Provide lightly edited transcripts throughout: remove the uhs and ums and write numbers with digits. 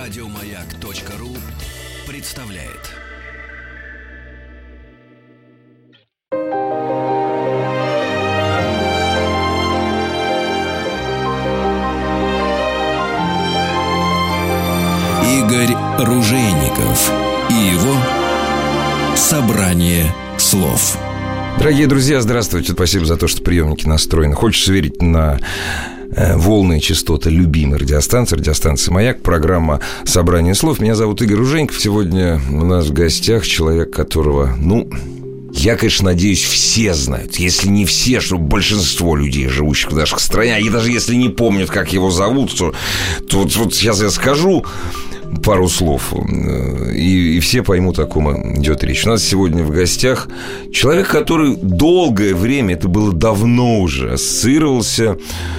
Радиомаяк.ру представляет. Игорь Ружейников и его собрание слов. Дорогие друзья, здравствуйте. Спасибо за то, что приемники настроены. Хочется верить на волны и частоты любимой радиостанции «Маяк», программа «Собрание слов». Меня зовут Игорь Ружейников. Сегодня у нас в гостях человек, которого, я, конечно, надеюсь, все знают. Если не все, что большинство людей, живущих в нашей стране, и даже если не помнят, как его зовут, то вот сейчас я скажу пару слов, и все поймут, о ком идет речь. У нас сегодня в гостях человек, который долгое время, это было давно уже, ассоциировался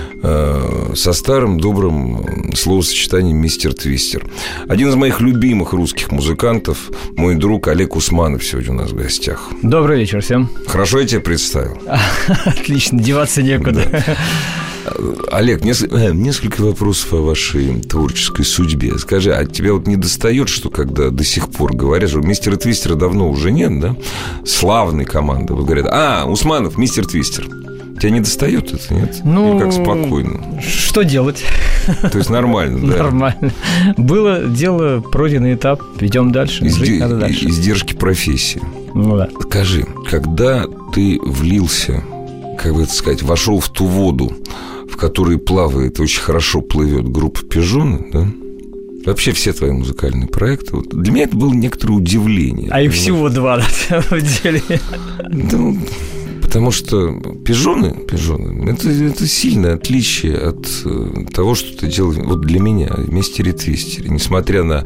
со старым добрым словосочетанием «Мистер Твистер». Один из моих любимых русских музыкантов, мой друг Олег Усманов сегодня у нас в гостях. Добрый вечер всем. Хорошо я тебя представил? Отлично, деваться некуда. Да. Олег, несколько вопросов о вашей творческой судьбе. Скажи, а тебя вот не достает, что когда до сих пор говорят, что мистера Твистера давно уже нет, да? Славной команды. Вот говорят, Усманов, мистер Твистер. Тебя не достает это, нет? Или как спокойно? Что делать? То есть нормально, да? Нормально. Было дело, пройденный этап, идем дальше, жить надо дальше. Издержки профессии. Да. Скажи, когда ты влился, как бы это сказать, вошел в ту воду, в которой плавает, очень хорошо плывет группа «Пижоны», да? Вообще все твои музыкальные проекты, вот, для меня это было некоторое удивление. А их всего два, на самом деле. Потому что «Пижоны» это сильное отличие от того, что ты делал вот для меня в «Мистере Твистере», несмотря на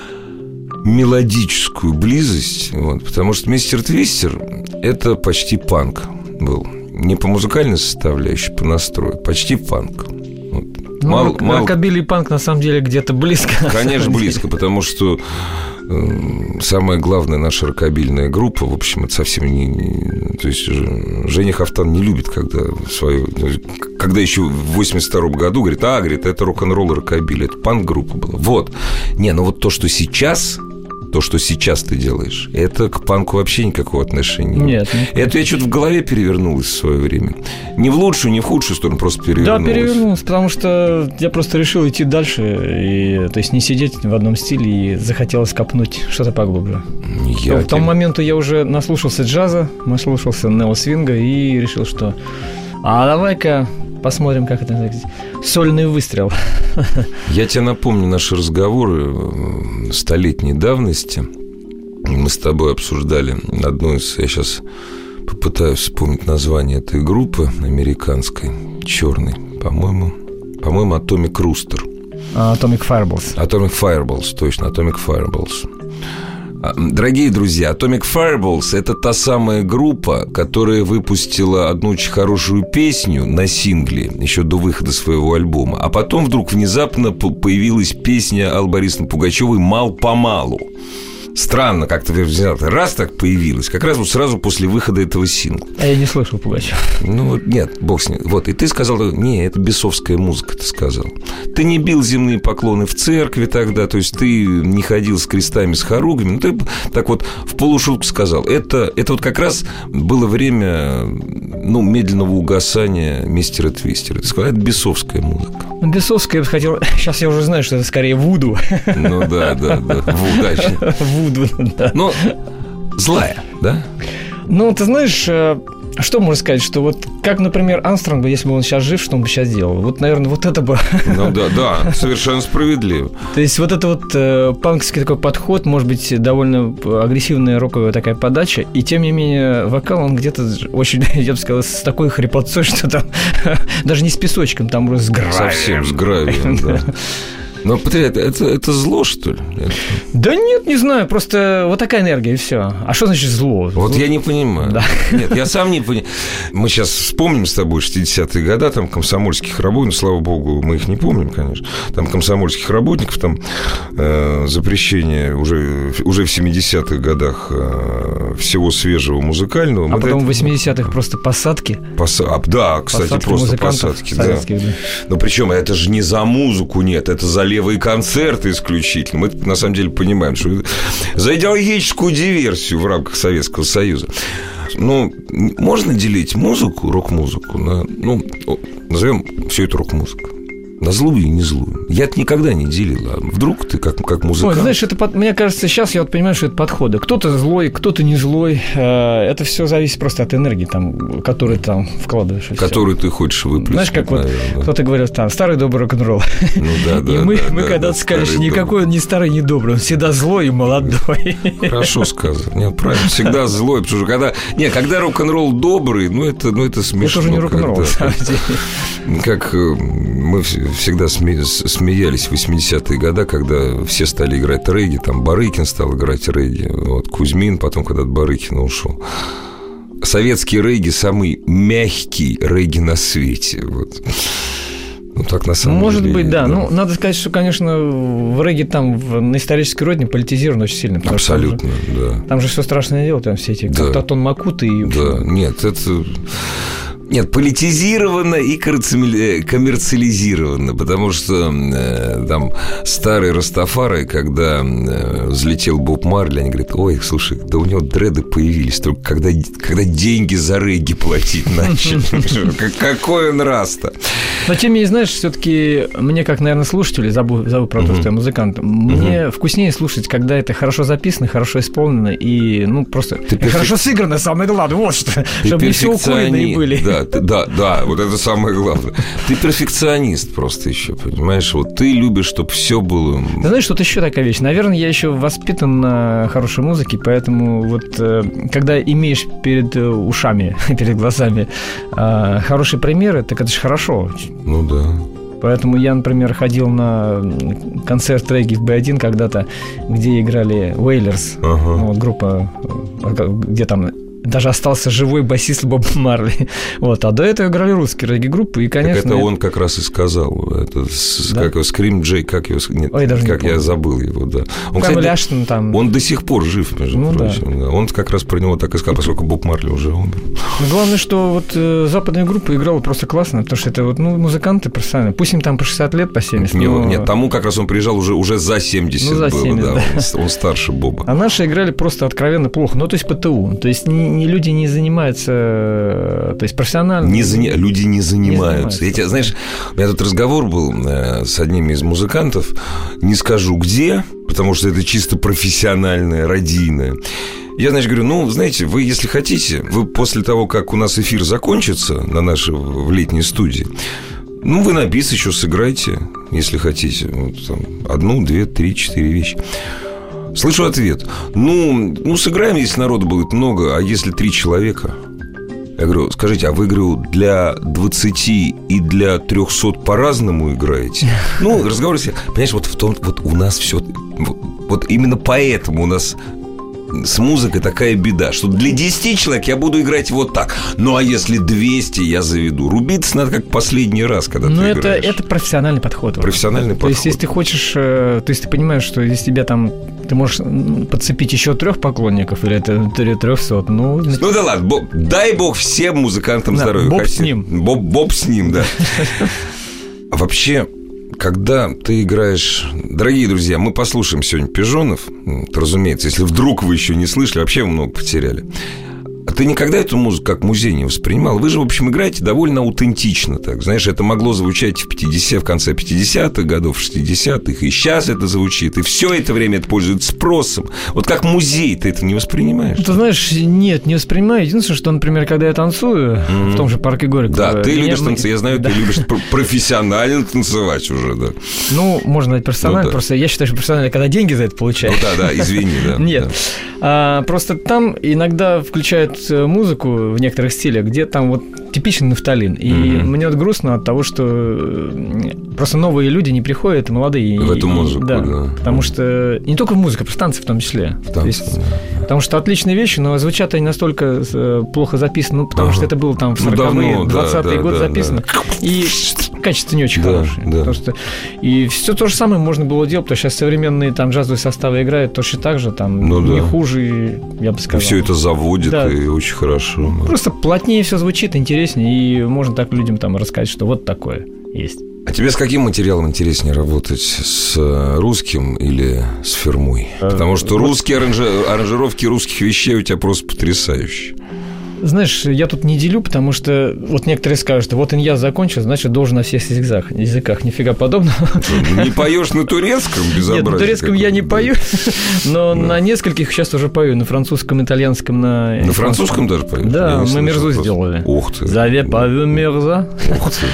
мелодическую близость, потому что «Мистер Твистер» – это почти панк был. Не по музыкальной составляющей, по настрою, почти панк. Рокобили и панк на самом деле где-то близко. Конечно, близко, потому что самая главная наша рокобильная группа, в общем, это совсем не... То есть Женя Хафтан не любит, когда еще в 82 году говорит, это рок-н-ролл и рокобили, это панк-группа была. Вот то, что сейчас ты делаешь, это к панку вообще никакого отношения нет. Это я что-то в голове перевернулось в свое время. Не в лучшую, не в худшую сторону, просто перевернулось. Да, перевернулось, потому что я просто решил идти дальше, то есть не сидеть в одном стиле, и захотелось копнуть что-то поглубже. В том моменту я уже наслушался джаза, наслушался нео-свинга и решил, что давай-ка посмотрим, как это называется. Сольный выстрел. Я тебе напомню наши разговоры столетней давности. Мы с тобой обсуждали одну из... Я сейчас попытаюсь вспомнить название этой группы американской, черной, по-моему, Atomic Rooster. Atomic Fireballs. Atomic Fireballs, точно, Atomic Fireballs. Дорогие друзья, Atomic Fireballs – это та самая группа, которая выпустила одну очень хорошую песню на сингле еще до выхода своего альбома, а потом вдруг внезапно появилась песня Аллы Борисовны Пугачевой «Мал-помалу». Странно, как-то раз так появилась, как раз вот сразу после выхода этого сингла. А я не слышал Пугачева. Нет, бог с ним. И ты сказал, это бесовская музыка, ты сказал. Ты не бил земные поклоны в церкви тогда, то есть ты не ходил с крестами, с хоругвями. Ты так вот в полушутку сказал. Это вот как раз было время, медленного угасания мистера Твистера. Ты сказал, это бесовская музыка. Бесовская, я бы хотел... Сейчас я уже знаю, что это скорее вуду. Да, удачно. Вуду, да. Злая, да? Ты знаешь, что можно сказать, что как, например, Армстронг, если бы он сейчас жив, что он бы сейчас делал? Наверное, это бы... Да, совершенно справедливо. То есть это панковский такой подход, может быть, довольно агрессивная роковая такая подача, и тем не менее вокал, он где-то очень, я бы сказал, с такой хрипотцой, что там даже не с песочком, там уже с гравием. Совсем с гравием, да. Но, это зло, что ли? Да нет, не знаю, просто вот такая энергия, и все. А что значит зло? Я не понимаю. Да. Нет, я сам не понимаю. Мы сейчас вспомним с тобой 60-е годы, там комсомольских работников, слава богу, мы их не помним, конечно, там комсомольских работников, там запрещение уже в 70-х годах всего свежего музыкального. А потом в 80-х просто посадки. Да, кстати, посадки просто посадки. Да. Но причем это же не за музыку, нет, это за левый концерт исключительно. Мы, на самом деле, понимаем, что за идеологическую диверсию в рамках Советского Союза. Ну, можно делить музыку, рок-музыку, на, назовем все это рок-музыка. На злую и не злую. Я-то никогда не делил. А вдруг ты как музыкант... Ой, знаешь, мне кажется, сейчас я вот понимаю, что это подходы. Кто-то злой, кто-то не злой. Это все зависит просто от энергии, там, которую ты там вкладываешь. Которую ты хочешь выплеснуть. Знаешь, как наверное, вот кто-то говорил, там, старый добрый рок-н-ролл. Ну да, да. И мы когда-то сказали, что никакой он не старый, не добрый. Он всегда злой и молодой. Хорошо сказано. Нет, правильно. Всегда злой. Потому что когда рок-н-ролл добрый, это смешно. Это уже не рок-н-ролл, на самом деле. Как мы всегда смеялись в 80-е годы, когда все стали играть регги, там Барыкин стал играть регги, вот Кузьмин, потом когда от Барыкина ушел. Советский регги самый мягкий регги на свете. Вот. Ну, так на самом деле. Может быть, да. Да. Ну, надо сказать, что, конечно, в регги там на исторической родине политизировано очень сильно. Абсолютно, да. Там же все страшное дело, там все эти Татон Макуты. Да, нет, это... Нет, политизировано и коммерциализировано, потому что там старые растафары, когда взлетел Боб Марли, они говорят, ой, слушай, да у него дреды появились только когда деньги за регги платить начали. Какой он раз-то? Но тем не менее, знаешь, все-таки мне, как, наверное, слушателю, забыл про то, что я музыкант, мне вкуснее слушать, когда это хорошо записано, хорошо исполнено и, просто хорошо сыграно, самое главное, вот что, чтобы не все укуренные были. Да, вот это самое главное. Ты перфекционист просто еще, понимаешь? Вот ты любишь, чтобы все было... Ты знаешь, тут еще такая вещь. Наверное, я еще воспитан на хорошей музыке, поэтому вот когда имеешь перед ушами, перед глазами хорошие примеры, так это же хорошо. Ну да. Поэтому я, например, ходил на концерт регги в Б1 когда-то, где играли Wailers, вот, группа, где там... Даже остался живой басист Боб Марли. Вот. А до этого играли русские регги-группы. И, конечно, так это он как раз и сказал. Это как его Скрим Джей, как его... Нет, ой, даже как я забыл его, да. Он, кстати, Аштон, там... он до сих пор жив, между прочим. Да. Он как раз про него так и сказал, поскольку Боб Марли уже умер. Главное, что вот западная группа играла просто классно, потому что это вот, музыканты профессиональные. Пусть им там по 60 лет, по 70. Нет, тому как раз он приезжал уже за 70 за 70, было, да. Он старше Боба. А наши играли просто откровенно плохо. То есть ПТУ. То есть люди не занимаются, то есть профессионально. Люди не занимаются. Знаешь, у меня тут разговор был с одним из музыкантов, не скажу где, потому что это чисто профессиональное, радийное. Я, значит, говорю, знаете, вы, если хотите, вы после того, как у нас эфир закончится в летней студии, вы на бис еще сыграйте, если хотите. Вот, там, 1, 2, 3, 4 вещи. Слышу ответ. Сыграем, если народу будет много, а если 3 человека? Я говорю, скажите, а вы, для 20 и для 300 по-разному играете? Разговор, понимаешь, вот у нас все... Вот именно поэтому у нас... С музыкой такая беда, что для 10 человек я буду играть вот так. А если 200, я заведу. Рубиться надо как последний раз, когда ты играешь. Это профессиональный подход. Профессиональный подход. То есть, если ты хочешь... То есть, ты понимаешь, что если тебя там... Ты можешь подцепить еще 3 поклонников или 300. Да ладно, дай бог всем музыкантам здоровья. Боб с ним. Боб с ним, да. А вообще... Когда ты играешь... Дорогие друзья, мы послушаем сегодня Пижонов. Разумеется, если вдруг вы еще не слышали, вообще вы много потеряли. А ты никогда эту музыку как музей не воспринимал? Вы же, в общем, играете довольно аутентично. Так. Знаешь, это могло звучать в конце 50-х годов, 60-х. И сейчас это звучит. И все это время это пользуется спросом. Вот как музей ты это не воспринимаешь? Ты знаешь, нет, не воспринимаю. Единственное, что, например, когда я танцую в том же парке Горького... Да, ты любишь танцевать. Я знаю, ты любишь профессионально танцевать уже, да. Можно сказать профессионально. Просто я считаю, что профессионально, когда деньги за это получаешь. Да, извини, да. Нет. Просто там иногда включают музыку в некоторых стилях, где там вот типичный нафталин. И мне вот грустно от того, что просто новые люди не приходят, молодые. В эту музыку, да. Потому что не только музыка, просто танцы в том числе. Потому что отличные вещи, но звучат они настолько плохо записаны, потому что это было там в 40-е, 20-е годы записано. И качество не очень хорошее. И все то же самое можно было делать, потому что сейчас современные там джазовые составы играют точно так же, там не хуже, я бы сказал. И все это заводит, и очень хорошо. Просто плотнее все звучит, интереснее, и можно так людям там рассказать, что вот такое есть. А тебе с каким материалом интереснее работать? С русским или с фирмой? Потому что русские аранжировки русских вещей у тебя просто потрясающие. Знаешь, я тут не делю, потому что вот некоторые скажут, вот иньяз закончил, значит, должен на всех языках. Нифига подобного. Не поешь на турецком? Безобразие. Нет, на турецком я не пою, но на нескольких сейчас уже пою. На французском, итальянском, на... На французском даже поешь? Да, мы мерзу сделали. Ух ты. Заве павю мерза. Ух ты.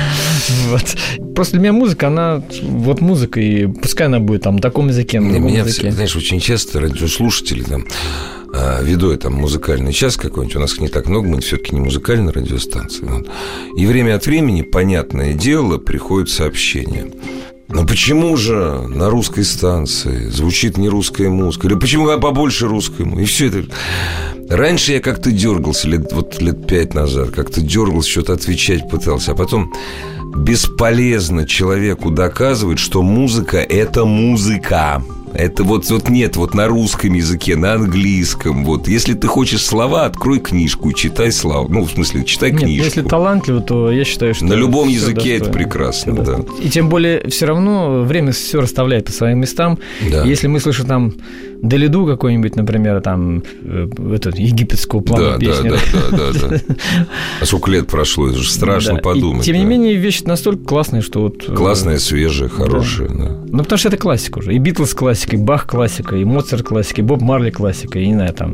Вот. Просто для меня музыка, она вот музыка, и пускай она будет там на таком языке, на другом языке. Знаешь, очень часто радиослушатели там, веду я там музыкальный час какой-нибудь, у нас их не так много, мы все-таки не музыкальная радиостанция. Вот. И время от времени, понятное дело, приходят сообщения. Но почему же на русской станции звучит не русская музыка? Или почему побольше русской музыки? И все это... Раньше я как-то дергался, лет 5 назад, как-то дергался, что-то отвечать пытался, а потом бесполезно человеку доказывать, что музыка – это музыка. Это вот нет, вот на русском языке, на английском. Вот. Если ты хочешь слова, открой книжку и читай слова. Ну, в смысле, читай книжку. Нет, если талантливо, то я считаю, что... На любом языке это прекрасно, да. И тем более, все равно время все расставляет по своим местам. Да. Если мы слышим там Далиду какой-нибудь, например, там египетского плана песню. Да. А сколько лет прошло, это же страшно подумать. И, тем не менее, вещь настолько классная, что вот... Классная, свежая, хорошая, да. Ну, потому что это классика уже. И Битлз классика, и Бах классика, и Моцарт классика, и Боб Марли классика, и, не знаю, там...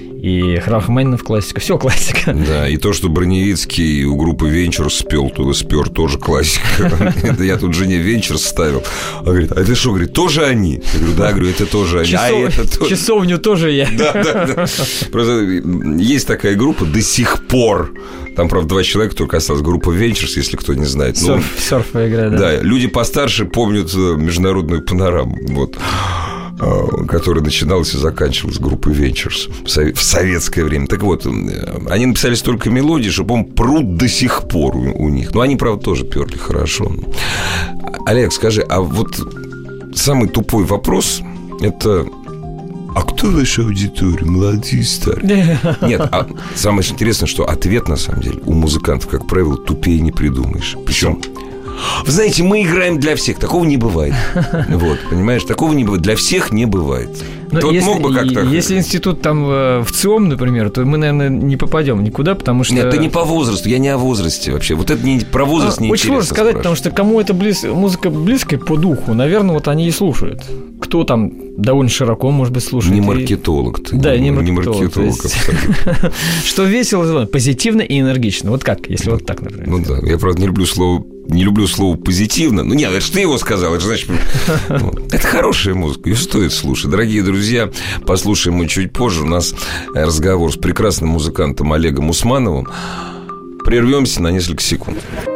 И Рахманинов классика, все классика. Да, и то, что Броневицкий у группы Венчурс спер, тоже классика. Это я тут жене Венчурс ставил. Она говорит, а это что, говорит, тоже они? Я говорю, да, это тоже они. Часовню тоже я. Да. Просто есть такая группа до сих пор. Там, правда, 2 человека только осталось. Группа Венчурс, если кто не знает. Серфовая игра, да. Да, люди постарше помнят международную панораму. Вот. Которая начиналась и заканчивалась группой Ventures в советское время. Так вот, они написали столько мелодий, что, по-моему, прут до сих пор у них. Но они, правда, тоже перли хорошо. Олег, скажи, а вот самый тупой вопрос – это... А кто ваша аудитория? Молодые, старые? Нет, а самое интересное, что ответ, на самом деле, у музыкантов, как правило, тупее не придумаешь. Причем... Вы знаете, мы играем для всех. Такого не бывает. Вот, понимаешь, такого не бывает. Для всех не бывает. Если институт там в ЦИОМ, например, то мы, наверное, не попадем никуда, потому что... Нет, это не по возрасту. Я не о возрасте вообще. Вот это не про возраст не очень сложно сказать, потому что кому это музыка близкая по духу, наверное, вот они и слушают. Кто там довольно широко, может быть, слушает. Не маркетолог ты. Да, не маркетолог. Что весело, позитивно и энергично. Вот как, если вот так, например. Ну да, я, правда, не люблю слово «позитивно». Ну, нет, это же ты его сказал. Это же, значит, это хорошая музыка, ее стоит слушать. Дорогие друзья, послушаем мы чуть позже. У нас разговор с прекрасным музыкантом Олегом Усмановым. Прервемся на несколько секунд.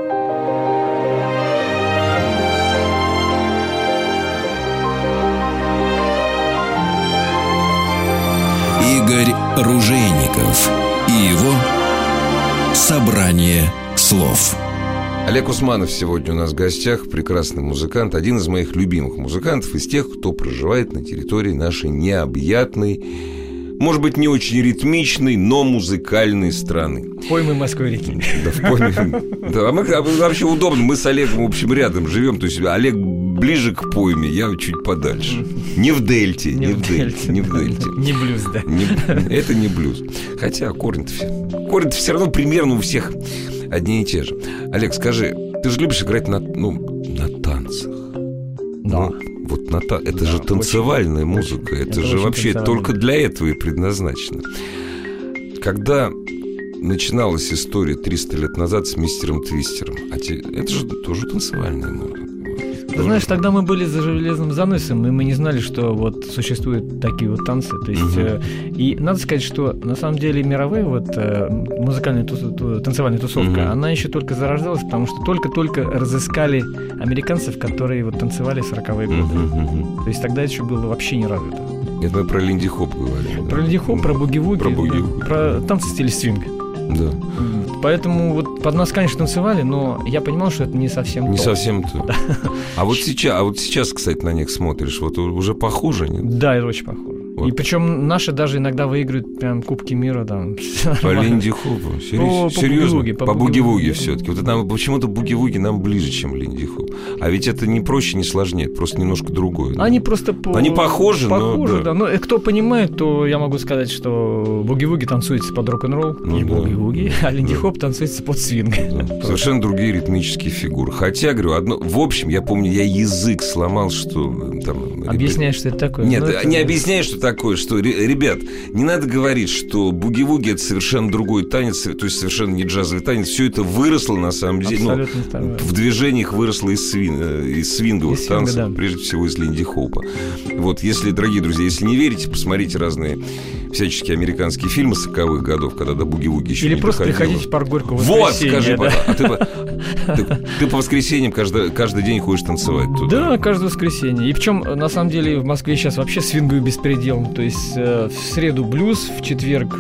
Игорь Ружейников и его «Собрание слов». Олег Усманов сегодня у нас в гостях, прекрасный музыкант, один из моих любимых музыкантов, из тех, кто проживает на территории нашей необъятной, может быть, не очень ритмичной, но музыкальной страны. Поймы Москвы-реки. Да, в пойме. Да, а мы вообще удобно, мы с Олегом, в общем, рядом живем, то есть Олег ближе к пойме, я чуть подальше. Не в дельте, не в дельте. Не блюз, да. Это не блюз. Хотя корни-то все равно примерно у всех одни и те же. Олег, скажи, ты же любишь играть на танцах? Да. Это же танцевальная музыка. Это же вообще только для этого и предназначено. Когда начиналась история 300 лет назад с мистером Твистером, это же тоже танцевальная музыка. Ты знаешь, тогда мы были за железным заносом, и мы не знали, что вот существуют такие вот танцы. То есть, и надо сказать, что на самом деле мировая вот музыкальная танцевальная тусовка, она еще только зарождалась, потому что только-только разыскали американцев, которые вот танцевали в 40-е годы. То есть тогда это еще было вообще не развито. Это мы про линди-хоп говорили. Про линди-хоп, про буги-вуги, про танцы в стиле свинга. Да. Поэтому вот под нас, конечно, танцевали, но я понимал, что это не совсем то. Не совсем то. А вот сейчас, кстати, на них смотришь, вот уже похоже, нет? Да, это очень похоже. Вот. И причем наши даже иногда выигрывают прям Кубки мира там. По линди-хопу. Серьезно? По буги-вуги все-таки. Вот нам, почему-то буги-вуги нам ближе, чем линди-хоп. А ведь это не проще, не сложнее, просто немножко другое. Они просто Они похожи, но... да. Но кто понимает, то я могу сказать, что буги-вуги танцуется под рок-н-ролл, и буги-вуги, а линди-хоп танцуется под свинг. Совершенно другие ритмические фигуры. Хотя, говорю, в общем, я помню, я язык сломал, что... Объясняешь, что это такое? Нет, не объясняй, что такое, что, ребят, не надо говорить, что буги-вуги это совершенно другой танец, то есть совершенно не джазовый танец. Все это выросло, на самом деле, в движениях выросло из свинговых танцев, да. Прежде всего из линди-хопа. Вот, если, дорогие друзья, если не верите, посмотрите разные всяческие американские фильмы 40-х годов, когда до буги-вуги еще или не просто доходило. приходите в парк Горького. Вот, скажи, да? Ты по воскресеньям каждый день ходишь танцевать туда? Да, каждое воскресенье. И причем, на самом деле, в Москве сейчас вообще свинговый беспредел. То есть в среду блюз, в четверг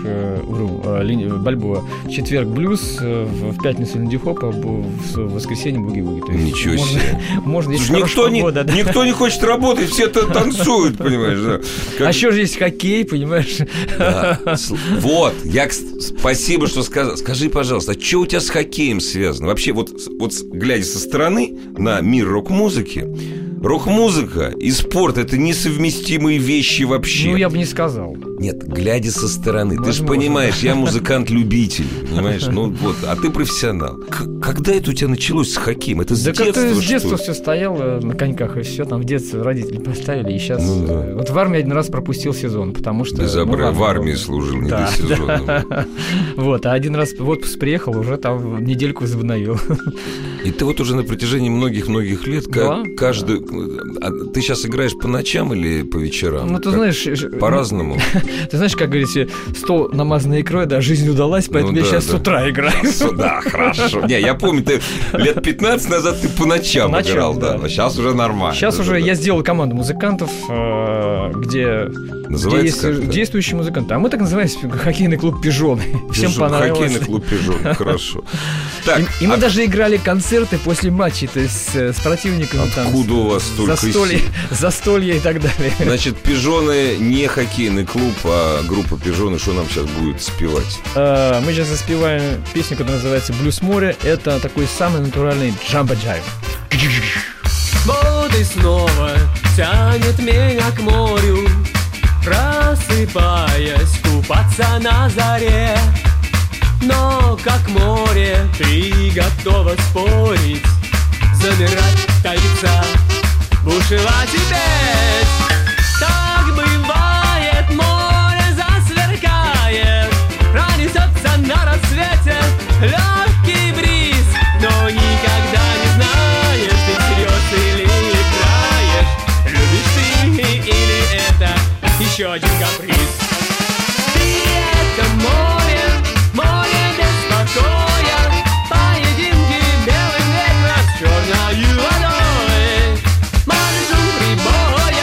бальбоа, в четверг блюз, в пятницу линди-хоп, а в воскресенье буги-вуги. Ничего себе. Можно, никто не хочет работать, все танцуют, понимаешь, да? А еще же есть хоккей, понимаешь? Да. Вот, спасибо, что сказал. Скажи, пожалуйста, а что у тебя с хоккеем связано? Вообще, вот глядя со стороны на мир рок-музыки, рок-музыка и спорт – это несовместимые вещи вообще. Ну, я бы не сказал. Нет, глядя со стороны. Ты же понимаешь, я музыкант-любитель, понимаешь? Ну, вот, а ты профессионал. Когда это у тебя началось с хоккеем? Это с детства, что ли? С детства все стояло на коньках, и все. Там в детстве родители поставили, и сейчас... Вот в армии один раз пропустил сезон, потому что... В армии служил, не до сезона. Вот, а один раз в отпуск приехал, уже там недельку возобновил. И ты вот уже на протяжении многих-многих лет каждый... Ты сейчас играешь по ночам или по вечерам? Ну, ты знаешь... По-разному. Ты знаешь, как говорится, стол намазанный икрой, да, жизнь удалась, поэтому я сейчас с утра играю. Да, хорошо. Не, я помню, ты лет 15 назад ты по ночам играл, да. Но сейчас уже нормально. Сейчас уже я сделал команду музыкантов, где есть действующие музыканты. А мы так называемся хоккейный клуб «Пижон». Всем понравилось. Хоккейный клуб «Пижон», хорошо. И мы даже играли концерты после матчей, то есть с противниками. Откуда у вас столько застолья и так далее. Значит, «Пижоны» не хоккейный клуб, а группа «Пижоны». Что нам сейчас будет спевать? Мы сейчас заспеваем песню, которая называется «Блюз море». Это такой самый натуральный джамбо-джайв. Вот и снова тянет меня к морю, просыпаясь, купаться на заре. Но как море ты готова спорить, замирать, таиться, бушевать и петь. Так бывает, море засверкает, пронесется на рассвете легкий бриз, но никогда не знаешь, ты всерьез или играешь, любишь ты или это еще один каприз. Ты это море, море без покоя, поединки белых ветров с черною водой, маршем прибоя.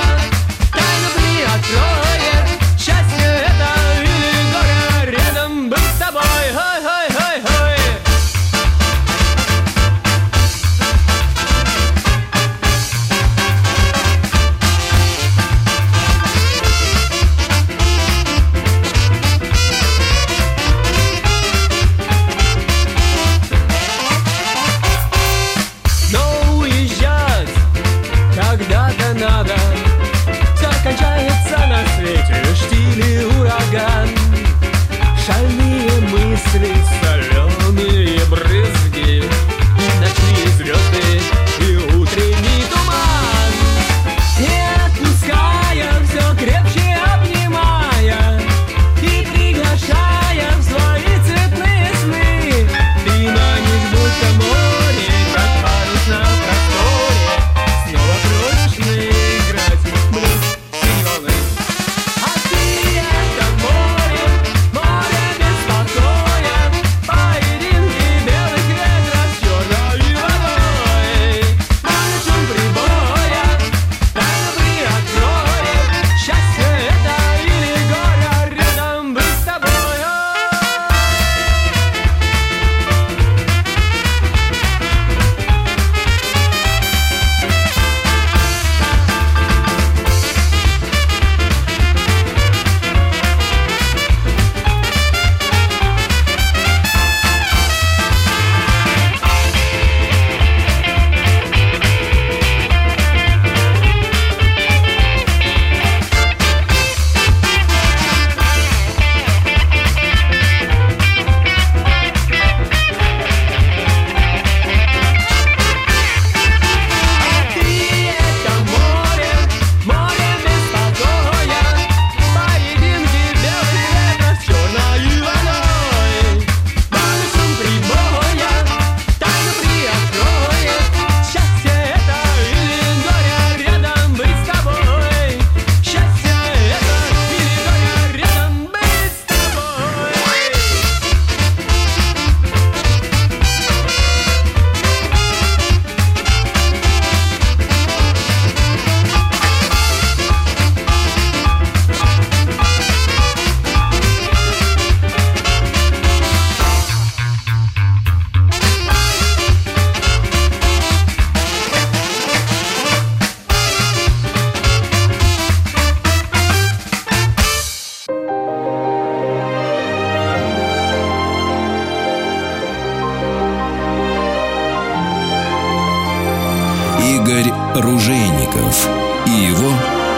Игорь Ружейников и его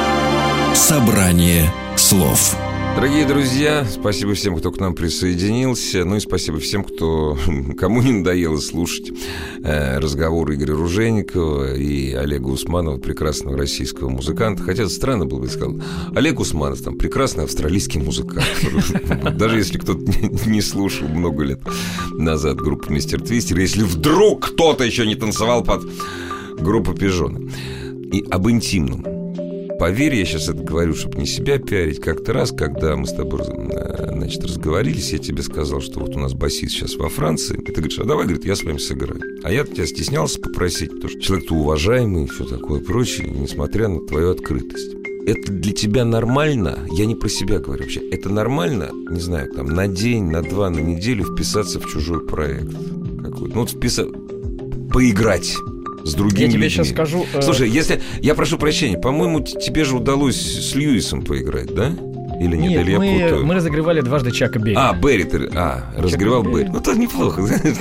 «Собрание слов». Дорогие друзья, спасибо всем, кто к нам присоединился. Ну и спасибо всем, кому не надоело слушать разговоры Игоря Ружейникова и Олега Усманова, прекрасного российского музыканта. Хотя странно было бы сказать. Олег Усманов, там, прекрасный австралийский музыкант. Даже если кто-то не слушал много лет назад группу «Мистер Твистер», если вдруг кто-то еще не танцевал под группу «Пижоны». И об интимном. Поверь, я сейчас это говорю, чтобы не себя пиарить. Как-то раз, когда мы с тобой, значит, разговорились, я тебе сказал, что вот у нас басист сейчас во Франции. И ты говоришь, а давай, говорит, я с вами сыграю. А я тебя стеснялся попросить, потому что человек-то уважаемый и все такое прочее, несмотря на твою открытость. Это для тебя нормально? Я не про себя говорю вообще. Это нормально, не знаю, там, на день, на два, на неделю вписаться в чужой проект какой-то. Ну, вот поиграть с другими людьми. Я тебе сейчас скажу... Слушай, если... Я прошу прощения, по-моему, тебе же удалось с Льюисом поиграть, да? Или нет? Нет, или я путаю? мы разогревали дважды Чака Берри. Берри ты... разогревал Берри. Ну, тоже неплохо.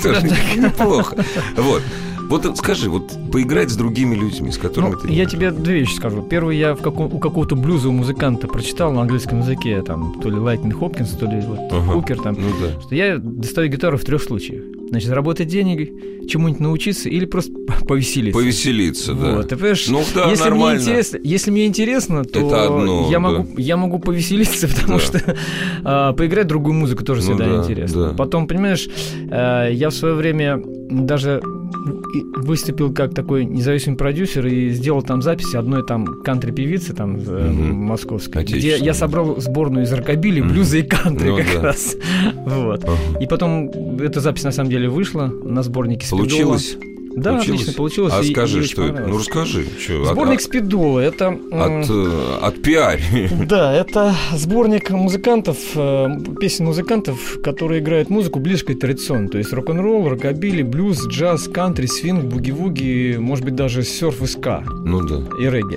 Неплохо. Вот скажи, вот поиграть с другими людьми, с которыми ты... Я тебе две вещи скажу. Первый, я у какого-то блюзового музыканта прочитал на английском языке, там, то ли Лайтнин Хопкинс, то ли Хукер, там, что я достаю гитару в 3 случаях. Значит, заработать денег, чему-нибудь научиться или просто повеселиться. Повеселиться, да. Вот, ты понимаешь, ну, да, если нормально. Если мне интересно, то это одно, я могу повеселиться, потому что поиграть другую музыку тоже всегда интересно. Да. Потом, понимаешь, я в свое время даже выступил как такой независимый продюсер и сделал там записи одной там кантри-певицы там московской, где я собрал сборную из рокобили, блюза и кантри раз. Вот. И потом эта запись на самом деле вышла на сборнике «Спидола». Получилось? Да, отлично получилось. А скажи, что это? Ну, расскажи. Сборник «Спидола» — это... От пиар. Да, это сборник музыкантов, песен музыкантов, которые играют музыку ближе к традиционной. То есть рок-н-ролл, рокобили, блюз, джаз, кантри, свинг, буги-вуги, может быть, даже серф и ска. Ну да. И регги.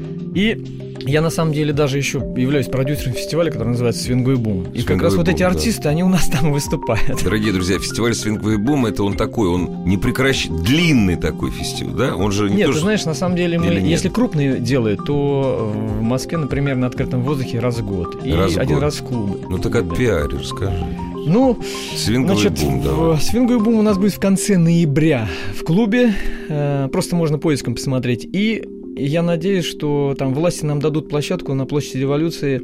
И я, на самом деле, даже еще являюсь продюсером фестиваля, который называется «Свинговый бум». И как раз вот эти артисты, они у нас там выступают. Дорогие друзья, фестиваль «Свинговый бум» — это он такой, он не прекращает, длинный такой фестиваль, да? Он же не Нет, то, ты знаешь, на самом деле, если крупные делают, то в Москве, например, на открытом воздухе раз в год. И один раз в клубе. Ну так от пиаре расскажи. Ну, «Свинговый бум», давай. «Свинговый бум» у нас будет в конце ноября в клубе. Просто можно поиском посмотреть. И я надеюсь, что там власти нам дадут площадку на площади Революции.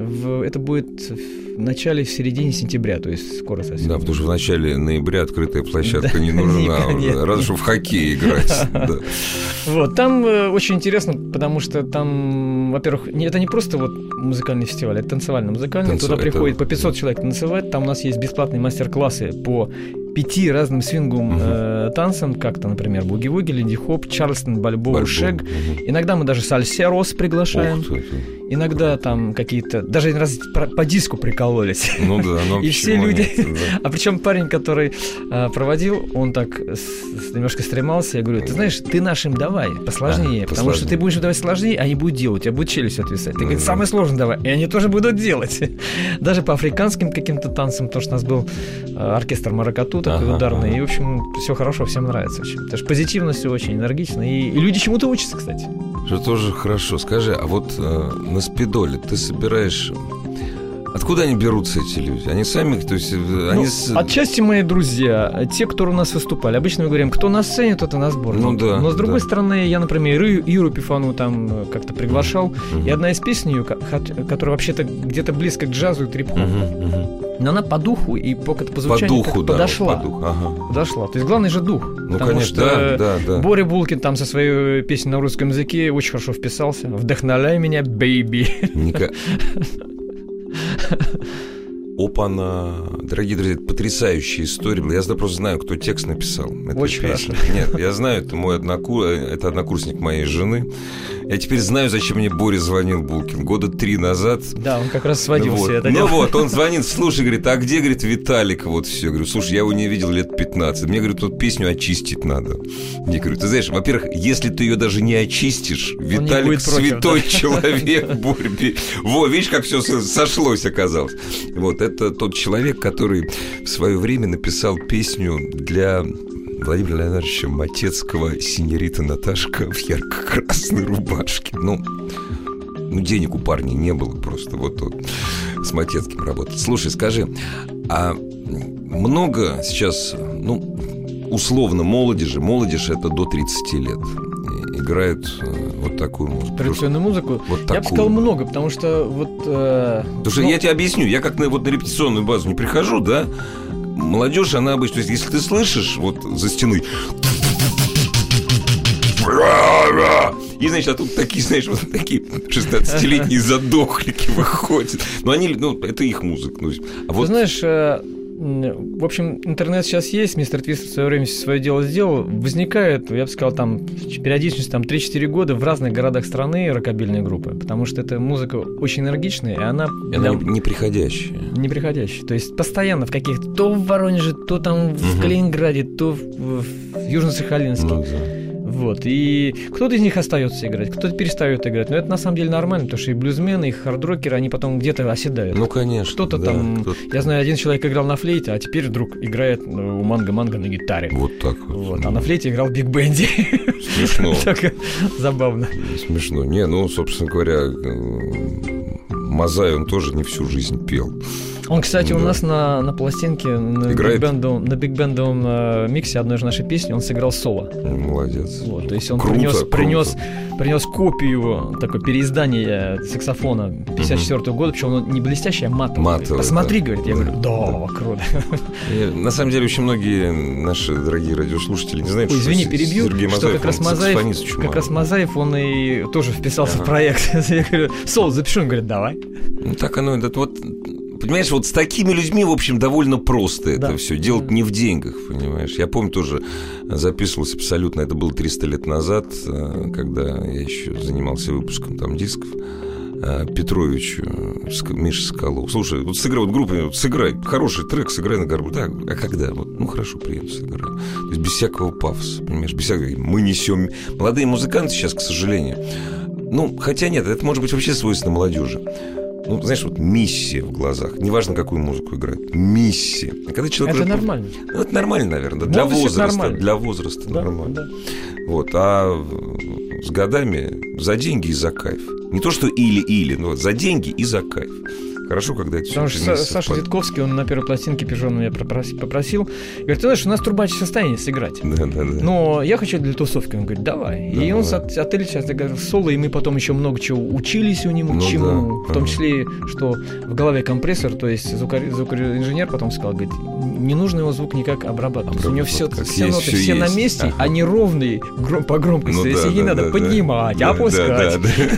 Это будет в начале, в середине сентября, то есть скоро совсем. Да, потому что в начале ноября открытая площадка не нужна уже, разве что в хоккей играть. Вот, там очень интересно, потому что там, во-первых, это не просто вот музыкальный фестиваль, это танцевально-музыкальный. Туда приходит по 500 человек танцевать, там у нас есть бесплатные мастер-классы по 5 разным свинговым танцам, как-то, например, буги-вуги, линди-хоп, чарльстон, бальбоа, шэг. Иногда мы даже сальсерос приглашаем. Иногда там какие-то... Даже один раз по диску прикололись. Ну да, но и все люди... А причем парень, который проводил, он так немножко стремался. Я говорю, ты знаешь, ты нашим давай посложнее, потому что ты будешь давать сложнее, они будут делать, у тебя будет челюсть отвисать. Ты говоришь, самое сложное давай, и они тоже будут делать. Даже по африканским каким-то танцам, потому что у нас был оркестр маракату такой ударный, и, в общем, все хорошо, всем нравится очень. Потому что позитивно все очень, энергично, и люди чему-то учатся, кстати. Что тоже хорошо. Скажи, а вот на «Спидоле» ты собираешь... Откуда они берутся, эти люди? Они сами, то есть... Отчасти мои друзья, те, кто у нас выступали. Обычно мы говорим, кто на сцене, тот и на сборнике. Ну, да, но с другой стороны, я, например, Иру Пифану там как-то приглашал. И одна из песен ее, которая вообще-то где-то близко к джазу и трип-хопу. Но она по духу и по звучанию подошла. Подошла. То есть главный же дух. Ну, конечно, да. Боря Булкин там со своей песней на русском языке очень хорошо вписался. «Вдохновляй меня, бейби». Опа-на. Дорогие друзья, это потрясающая история. Я просто знаю, кто текст написал. Очень хорошо. Нет, я знаю, это однокурсник моей жены. Я теперь знаю, зачем мне Боря звонил Булкин. 3 года назад. Да, он как раз сводил все это дело. Ну вот, он звонит, слушай, говорит, а где, говорит, Виталик? Вот все. Я говорю, слушай, я его не видел лет 15. Мне, говорит, тут песню очистить надо. Я говорю, ты знаешь, во-первых, если ты ее даже не очистишь, Виталик святой человек, Боря. Во, видишь, как все сошлось, оказалось. Вот, это тот человек, который в свое время написал песню для Владимира Леонардовича Матецкого «Синьорита Наташка в ярко-красной рубашке». Ну, денег у парня не было просто. Вот он с Матецким работает. Слушай, скажи, а много сейчас, условно, молодежь это до 30 лет играют вот такую музыку? Традиционную музыку? Вот я бы сказал, много, потому что вот... Потому что я тебе объясню, я как на репетиционную базу не прихожу, да? Молодежь, она обычно... То есть, если ты слышишь вот за стеной... И, значит, а тут такие, знаешь, вот такие 16-летние задохлики выходят. Но они, это их музыка. А вот... Ты знаешь... В общем, интернет сейчас есть, мистер Твистер в свое время свое дело сделал. Возникает, я бы сказал, там периодичность 3-4 года в разных городах страны рокобильные группы, потому что эта музыка очень энергичная, и она неприходящая. Неприходящая. То есть постоянно в каких-то, то в Воронеже, то там в Калининграде, то в Южно-Сахалинске. Вот. И кто-то из них остается играть, кто-то перестает играть. Но это на самом деле нормально, потому что и блюзмены, и хард-рокеры, они потом где-то оседают. Ну, конечно. Кто-то там... Я знаю, один человек играл на флейте, а теперь вдруг играет у Манго-Манго на гитаре. Вот так вот. А на флейте играл в биг-бенде. Смешно. Так забавно. Смешно. Не, собственно говоря, Мазай, он тоже не всю жизнь пел. Он, кстати, у нас на пластинке, на биг-бендовом миксе одной из нашей песни он сыграл соло. Молодец. Вот, то есть он принес копию, такое переиздание саксофона 54-го года, причем он не блестящий, а матовый. Посмотри, говорит. Я говорю, да, круто. На самом деле, очень многие наши дорогие радиослушатели не знают, что извини, перебью, Сергей Мазаев, как раз Мазаев, он и тоже вписался в проект. Я говорю, соло запишу, он говорит, давай. Ну, так оно, вот... Понимаешь, вот с такими людьми, в общем, довольно просто это все. Делать не в деньгах, понимаешь. Я помню, тоже записывался абсолютно, это было 300 лет назад, когда я еще занимался выпуском там дисков, Петровичу, Миша Соколов. Слушай, вот сыграй, вот группа, сыграй, хороший трек, сыграй на гармонии. Так, а когда? Вот, хорошо, приеду, сыграю. То есть без всякого пафоса, понимаешь, без всякого... Мы несем... Молодые музыканты сейчас, к сожалению... хотя нет, это может быть вообще свойственно молодежи. Знаешь, вот миссия в глазах. Неважно, какую музыку играет. Миссия. А когда человек это нормально. Это нормально, наверное. Для возраста нормально. Да. Вот. А с годами за деньги и за кайф. Не то, что или, но за деньги и за кайф. Хорошо, когда это все. Потому что Саша Зитковский, он на первой пластинке «Пижон» меня попросил. Говорит, ты знаешь, у нас трубач в состоянии сыграть. Да. Но я хочу для тусовки. Он говорит, давай. И он отель сейчас говорит, соло, и мы потом еще много чего учились у него, чему. В том числе, что в голове компрессор, то есть звукоинженер потом сказал, говорит, не нужно его звук никак обрабатывать. У него все ноты все на месте, а не ровные по громкости. Если ей надо поднимать, опускать.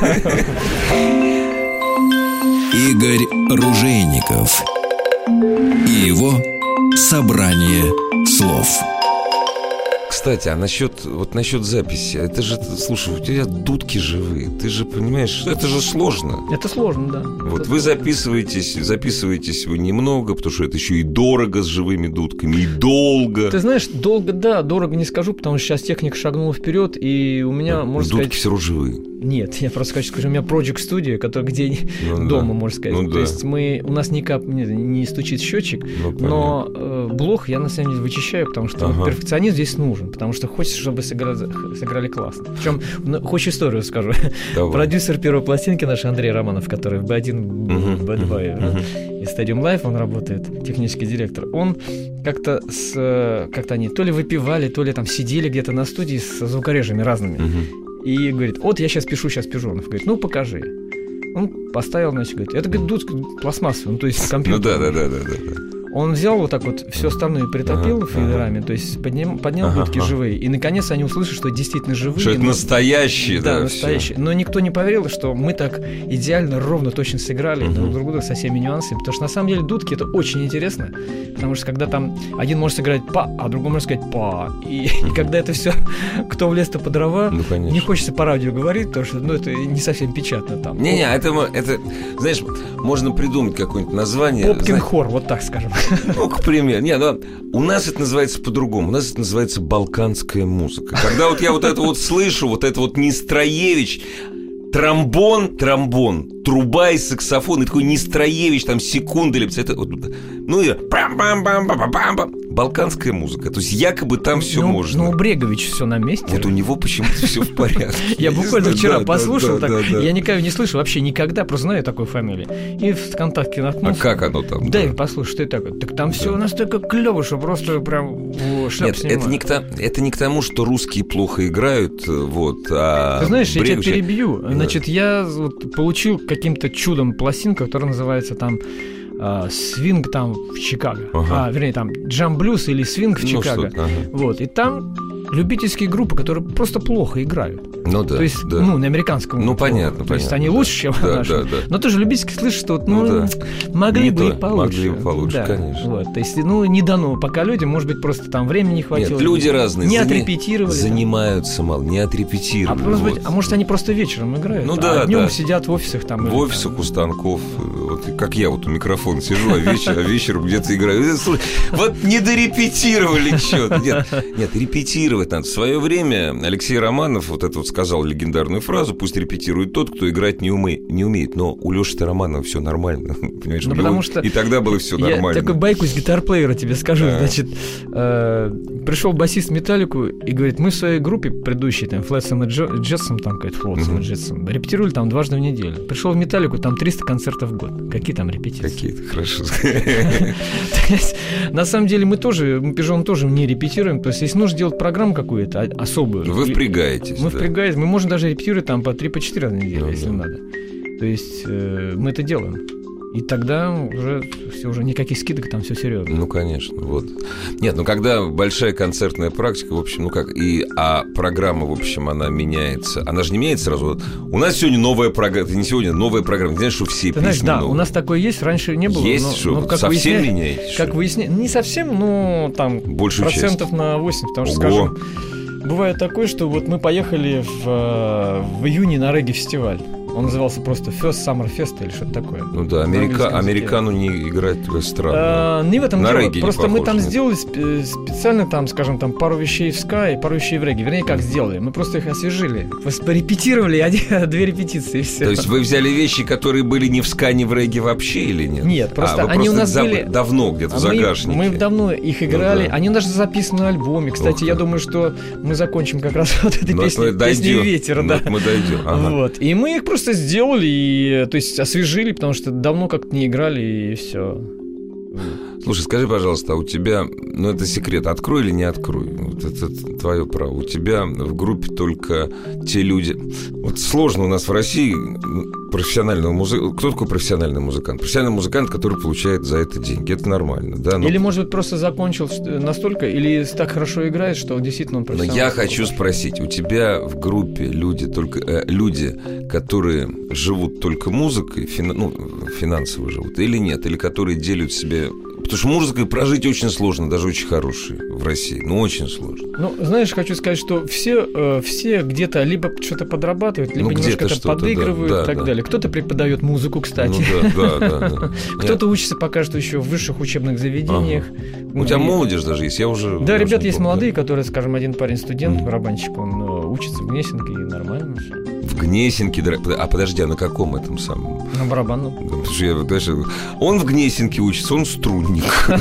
Игорь Ружейников и его собрание слов. Кстати, а насчет записи, это же, слушай, у тебя дудки живые, ты же понимаешь, это же сложно. Это сложно, да. Вот вы записываетесь вы немного, потому что это еще и дорого с живыми дудками, и долго. Ты знаешь, долго, да, дорого не скажу, потому что сейчас техника шагнула вперед, и у меня, можно сказать... Дудки все равно живые. Нет, я просто хочу сказать, у меня Project Studio, который где дома, можно сказать. То есть у нас не стучит счетчик, но блох я на самом деле вычищаю, потому что перфекционизм здесь нужен, потому что хочется, чтобы сыграли классно. Причем, хочешь историю расскажу. Продюсер первой пластинки наш Андрей Романов, который в B1, B2 и Stadium Live, он работает, технический директор, он как-то они то ли выпивали, то ли там сидели где-то на студии с звукорежами разными. И говорит, вот я сейчас пишу Пижонов. Говорит, покажи. Он поставил, значит, говорит, это, говорит, дудка пластмассовая, то есть компьютер. Да. Он взял вот так вот все остальное притопил фидерами, то есть поднял дудки живые, и наконец они услышали, что действительно живые. Что это настоящие, да, настоящие. Но никто не поверил, что мы так идеально, ровно, точно сыграли друг друга со всеми нюансами, потому что на самом деле дудки это очень интересно, потому что когда там один может сыграть па, а другой может сказать па, и когда это все, кто в лес-то по дрова, не хочется по радио говорить, потому что это не совсем печатно там. Не, это, знаешь, можно придумать какое-нибудь название. Попкин-хор, вот так скажем. К примеру. У нас это называется по-другому. У нас это называется балканская музыка. Когда вот я вот это вот слышу, вот это вот Нестроевич, тромбон, труба и саксофон, и такой Нестроевич, там секунды, это вот Ну и балканская музыка. То есть якобы там все можно. Ну, у Бреговича все на месте. Вот у него почему-то все в порядке. Я буквально вчера послушал. Я никогда не слышал, вообще никогда, просто знаю такую фамилию. И в ВКонтакте наткнулся. А как оно там? Да, послушай, что это такое. Так там все настолько клево, что просто прям шляпу снимаю. Нет, это не к тому, что русские плохо играют, вот. Ты знаешь, я тебя перебью. Значит, я получил каким-то чудом пластинку, которая называется там свинг там в Чикаго. Вернее, там джам-блюз или свинг в Чикаго. Вот. И там любительские группы, которые просто плохо играют. Ну да. То есть, на американском. Ну, понятно. То есть они лучше, чем наши. Да. Но тоже любительский слышишь, что могли бы и получше. Могли бы получше, конечно. Вот. То есть, не дано пока людям, может быть, просто там времени не хватило. Нет, люди разные. Не отрепетировали. Занимаются мало, не отрепетировали. А может, они просто вечером играют? Ну да, днем сидят в офисах там. В офисах у станков. Вот, как я вот у микрофона сижу, а вечером где-то играю. Вот не дорепетировали что-то. Нет, репетировать надо. В свое время Алексей Романов вот это вот сказал легендарную фразу: пусть репетирует тот, кто играть не умеет. Но у Лёши Романова все нормально. Понимаешь, потому что и тогда было все нормально. Я такую байку с гитар-плеера тебе скажу. Значит, пришел басист Металлику и говорит: мы в своей группе предыдущей, там, Флетсом и Джетсом, там, репетировали там дважды в неделю. Пришел в Металлику, там 300 концертов в год. Какие там репетиции? Какие-то, хорошо. На самом деле мы Пижон тоже не репетируем. То есть, если нужно делать программу какую-то особую. Вы впрягаетесь. Мы впрягаемся. Мы можем даже репетировать там по 3-4 раза в неделю, если надо. То есть мы это делаем. И тогда уже никаких скидок, там все серьезно. Ну, конечно, вот. Нет, когда большая концертная практика, в общем, а программа, в общем, она меняется. Она же не меняется сразу. Вот, у нас сегодня новая программа. Это не сегодня, новая программа. Ты знаешь, что все песни новые. Да, у нас такое есть, раньше не было. Есть, что совсем меняется? Как выясняется, не совсем, но там большую процентов часть. На 80, потому что, скажем, бывает такое, что вот мы поехали в июне на регги-фестиваль. Он назывался просто First Summer Fest или что-то такое. Ну да, американу не играть странно. Не в этом дело. Просто мы там нет. сделали специально, там, скажем, там пару вещей в ска и пару вещей в регги. Вернее, как сделали? Мы просто их освежили. Порепетировали 2 репетиции и все. То есть вы взяли вещи, которые были не в ска, не в регги вообще или нет? Нет, просто они у нас были давно где-то в загашнике. Мы давно их играли. Они даже записаны на альбоме. Кстати, я думаю, что мы закончим как раз вот этой песней «Ветер». Мы дойдем. Вот. И мы их просто сделали, и, то есть освежили, потому что давно как-то не играли, и все. Слушай, скажи, пожалуйста, а у тебя, это секрет, открой или не открой? Вот это твое право. У тебя в группе только те люди... Вот сложно у нас в России профессионального музыканта... Кто такой профессиональный музыкант? Профессиональный музыкант, который получает за это деньги. Это нормально, да? Или, может быть, просто закончил настолько, или так хорошо играет, что действительно он профессионал. Но я хочу спросить, у тебя в группе люди, которые живут только музыкой, финансово живут, или нет? Или которые делят себе... Потому что музыкой прожить очень сложно, даже очень хорошей в России. Очень сложно. Знаешь, хочу сказать, что все где-то либо что-то подрабатывают, либо немножко это подыгрывают и так далее. Кто-то преподает музыку, кстати. Кто-то учится пока что еще в высших учебных заведениях. У тебя молодежь даже есть, я уже... Да, ребята есть молодые, которые, скажем, один парень студент, барабанщик, он учится в Гнесинке, и нормально все. В Гнесинке? А подожди, а на каком этом самом? На барабанном. Он в Гнесинке учится, он струнник.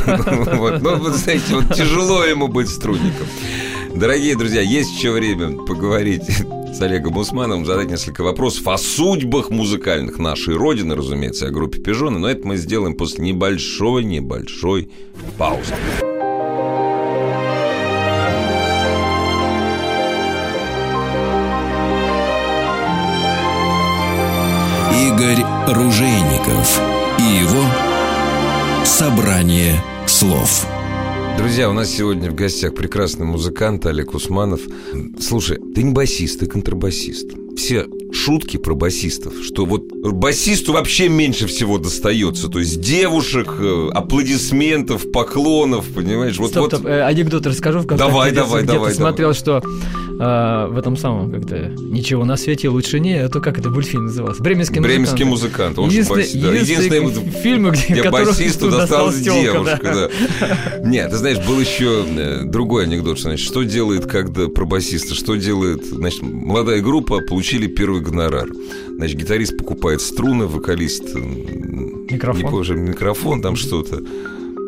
Знаете, тяжело ему быть струнником. Дорогие друзья, есть еще время поговорить с Олегом Усмановым, задать несколько вопросов о судьбах музыкальных нашей Родины, разумеется, о группе «Пижоны», но это мы сделаем после небольшой паузы. Игорь Ружейников и его «Собрание слов». Друзья, у нас сегодня в гостях прекрасный музыкант Олег Усманов. Слушай, ты не басист, ты контрабасист. Все шутки про басистов, что вот басисту вообще меньше всего достается. То есть девушек, аплодисментов, поклонов, понимаешь? Стоп, анекдот расскажу, в конце. Давай. Смотрел, что в этом самом как-то «Ничего на свете лучше не», а то как это мультфильм назывался? «Бременский музыкант». Он же басист. Единственный фильм, где басисту досталась девушка. Нет, ты знаешь, был еще другой анекдот, что делает, когда про басиста, что делает, значит, молодая группа, получили первый гонорар. Значит, гитарист покупает струны, вокалист микрофон, там что-то.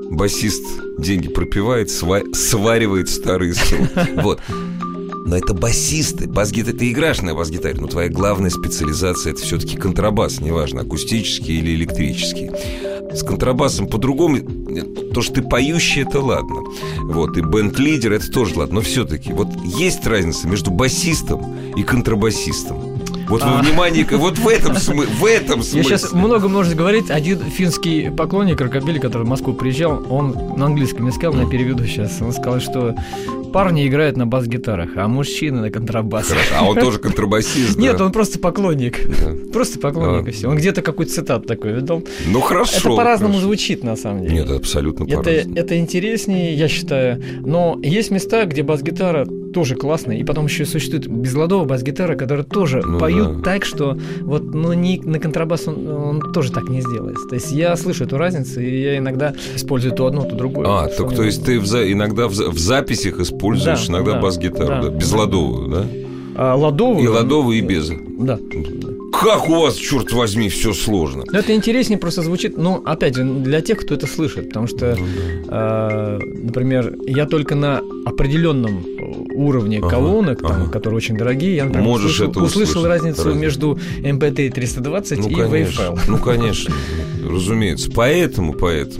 басист деньги пропивает, сваривает старые струны. Вот. Но это басисты. Бас-гитара, ты играешь на бас-гитаре, но твоя главная специализация – это все-таки контрабас, неважно, акустический или электрический. С контрабасом по-другому. То, что ты поющий, это ладно. Вот, и бенд-лидер, это тоже ладно. Но все-таки вот есть разница между басистом и контрабасистом. Вот во внимание, вот в этом смысле. Я сейчас много можно говорить. Один финский поклонник рокобили, который в Москву приезжал, он на английском не сказал, я переведу сейчас. Он сказал, что парни играют на бас-гитарах, а мужчины на контрабасах. А он тоже контрабасист, Нет, он просто поклонник. Просто поклонник и все. Он где-то какую-то цитату такую видал. Ну, хорошо. Это по-разному звучит, на самом деле. Нет, абсолютно по-разному. Это интереснее, я считаю. Но есть места, где бас-гитара тоже классная. И потом еще существует безладовая бас-гитара, которая тоже поют так, что вот, не на контрабас он тоже так не сделает. То есть я слышу эту разницу, и я иногда использую то одно, то другое. То есть ты иногда в записях используешь иногда бас-гитару, безладовую, да? Ладовую. И ладовую, и без. Да. Как у вас, черт возьми, все сложно? Это интереснее просто звучит, опять же, для тех, кто это слышит. Потому что, например, я только на определенном уровне колонок, которые очень дорогие, я, например, услышал разницу между MP3 320 и WaveFile. Ну, конечно, разумеется. Поэтому,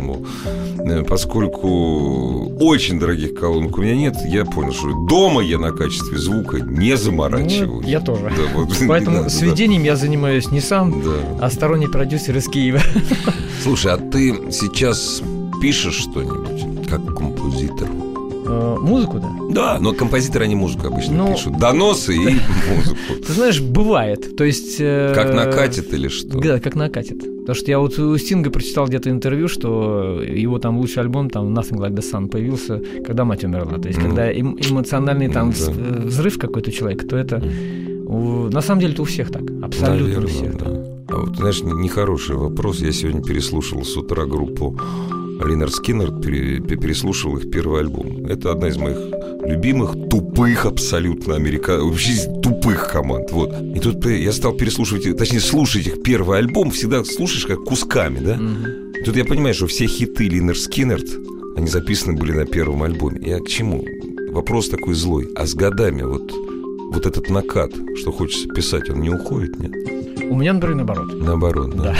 поскольку очень дорогих колонок у меня нет, я понял, что дома я на качестве звука не заморачиваюсь. Я тоже. Поэтому сведением я занимаюсь не сам, а сторонний продюсер из Киева. Слушай, а ты сейчас пишешь что-нибудь как композитор? Музыку, да? Да, но композиторы, они музыку обычно пишут. Доносы и музыку. Ты знаешь, бывает. То есть... Как накатит или что? Да, как накатит. Потому что я вот у Стинга прочитал где-то интервью, что его там лучший альбом, там Nothing Like the Sun, появился, когда мать умерла. То есть, когда эмоциональный там взрыв какой-то человека, то это... На самом деле, это у всех так. Абсолютно у всех так. А вот, знаешь, нехороший вопрос. Я сегодня переслушал с утра группу Линард Скиннерд, переслушал их первый альбом. Это одна из моих любимых, тупых абсолютно вообще тупых команд. Вот. И тут я стал переслушивать, точнее, слушать их первый альбом. Всегда слушаешь как кусками, да? И тут я понимаю, что все хиты Линард Скиннерд, они записаны были на первом альбоме. Я к чему? Вопрос такой злой. А с годами вот этот накат, что хочется писать, он не уходит, нет? У меня, например, наоборот. Наоборот, да.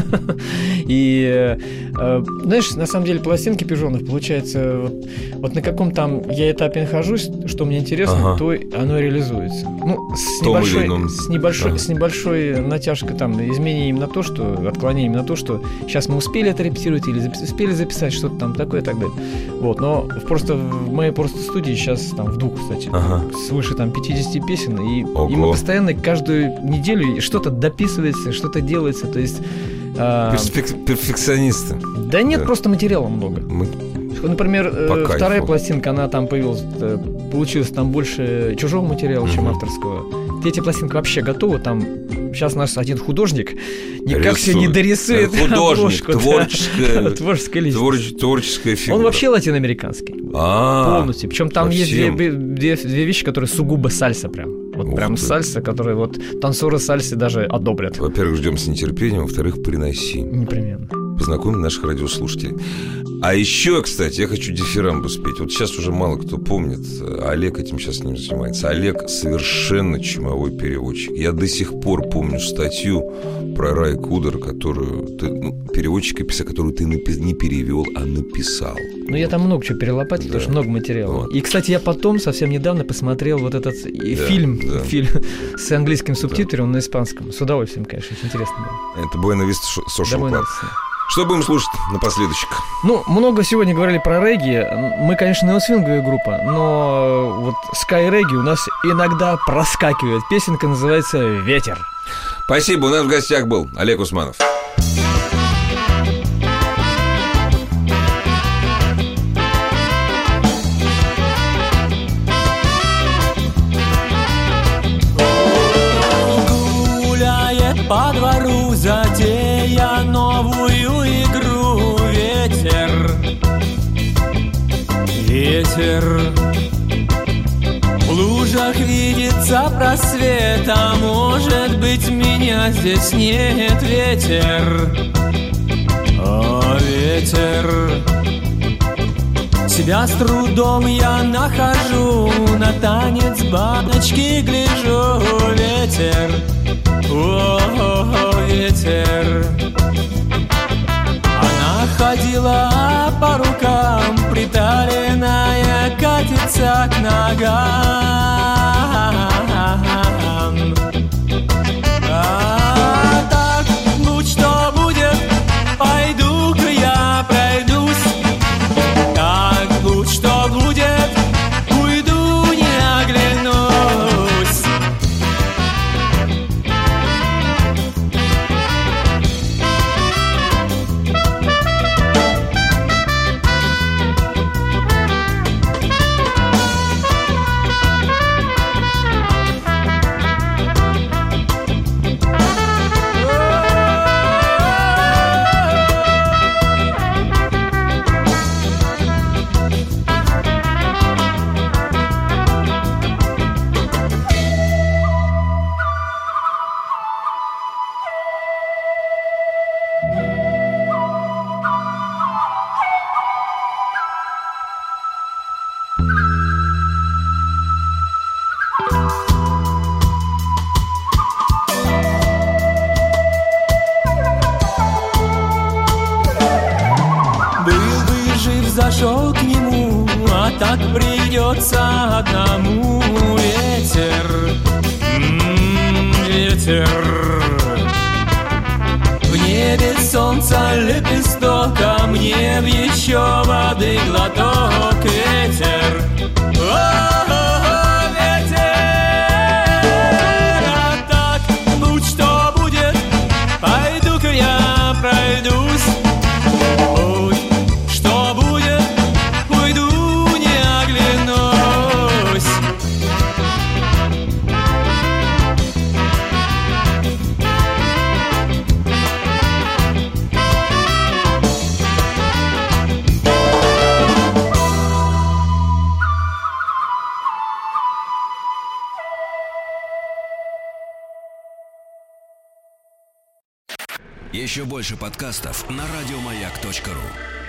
И, знаешь, на самом деле пластинки Пижонов, получается, вот на каком там я этапе нахожусь, что мне интересно, то оно реализуется. С небольшой натяжкой, там, изменением на то, что, отклонением на то, что сейчас мы успели это репетировать или успели записать что-то там такое и так далее. Вот, но просто в моей студии сейчас там в двух, кстати, свыше там 50 песен, и мы постоянно каждую неделю что-то дописывается, что-то делается, то есть... Перфекционисты. Да нет, просто материала много. Например, вторая пластинка, она там получилось там больше чужого материала, чем авторского. Третья пластинка вообще готова, там сейчас наш один художник никак себе не дорисует художник, творческая фигура. Он вообще латиноамериканский. Полностью. Причем там есть две вещи, которые сугубо сальса прям. Вот прям сальса, которые вот танцоры сальсы даже одобрят. Во-первых, ждем с нетерпением, во-вторых, приноси. Непременно. Познакомим наших радиослушателей. А еще, кстати, я хочу дифирамбы спеть. Вот сейчас уже мало кто помнит. Олег этим сейчас не занимается. Олег совершенно чумовой переводчик. Я до сих пор помню статью про Рай Кудер, которую переводчика, которую ты не перевел, а написал. Я там много чего перелопатил, потому что много материала. Вот. И, кстати, я потом совсем недавно посмотрел вот этот фильм с английским субтитром на испанском. С удовольствием, конечно, очень интересно было. Это Buena Vista Social Club. Что будем слушать напоследочек? Много сегодня говорили про регги. Мы, конечно, неосвинговая группа, но вот Sky Reggae у нас иногда проскакивает. Песенка называется «Ветер». Спасибо. У нас в гостях был Олег Усманов. Гуляет по двору, затея новую игру. Ветер в лужах видится просвет, а может быть меня здесь нет. Ветер, ветер Себя с трудом я нахожу, на танец бабочки гляжу. Ветер, о, ветер. Она ходила по рукам, приталенная катится к ногам. А так, будь что будет, пойду-ка я пройдусь. Так, будь что будет, уйду, не оглянусь. Зашел к нему, а так придется одному. Ветер, ветер. В небе солнца лепесток, а мне в еще воды глоток. Ветер, о, ветер. А так, будь что будет, пойду-ка я пройдусь. Еще больше подкастов на радиомаяк.ру.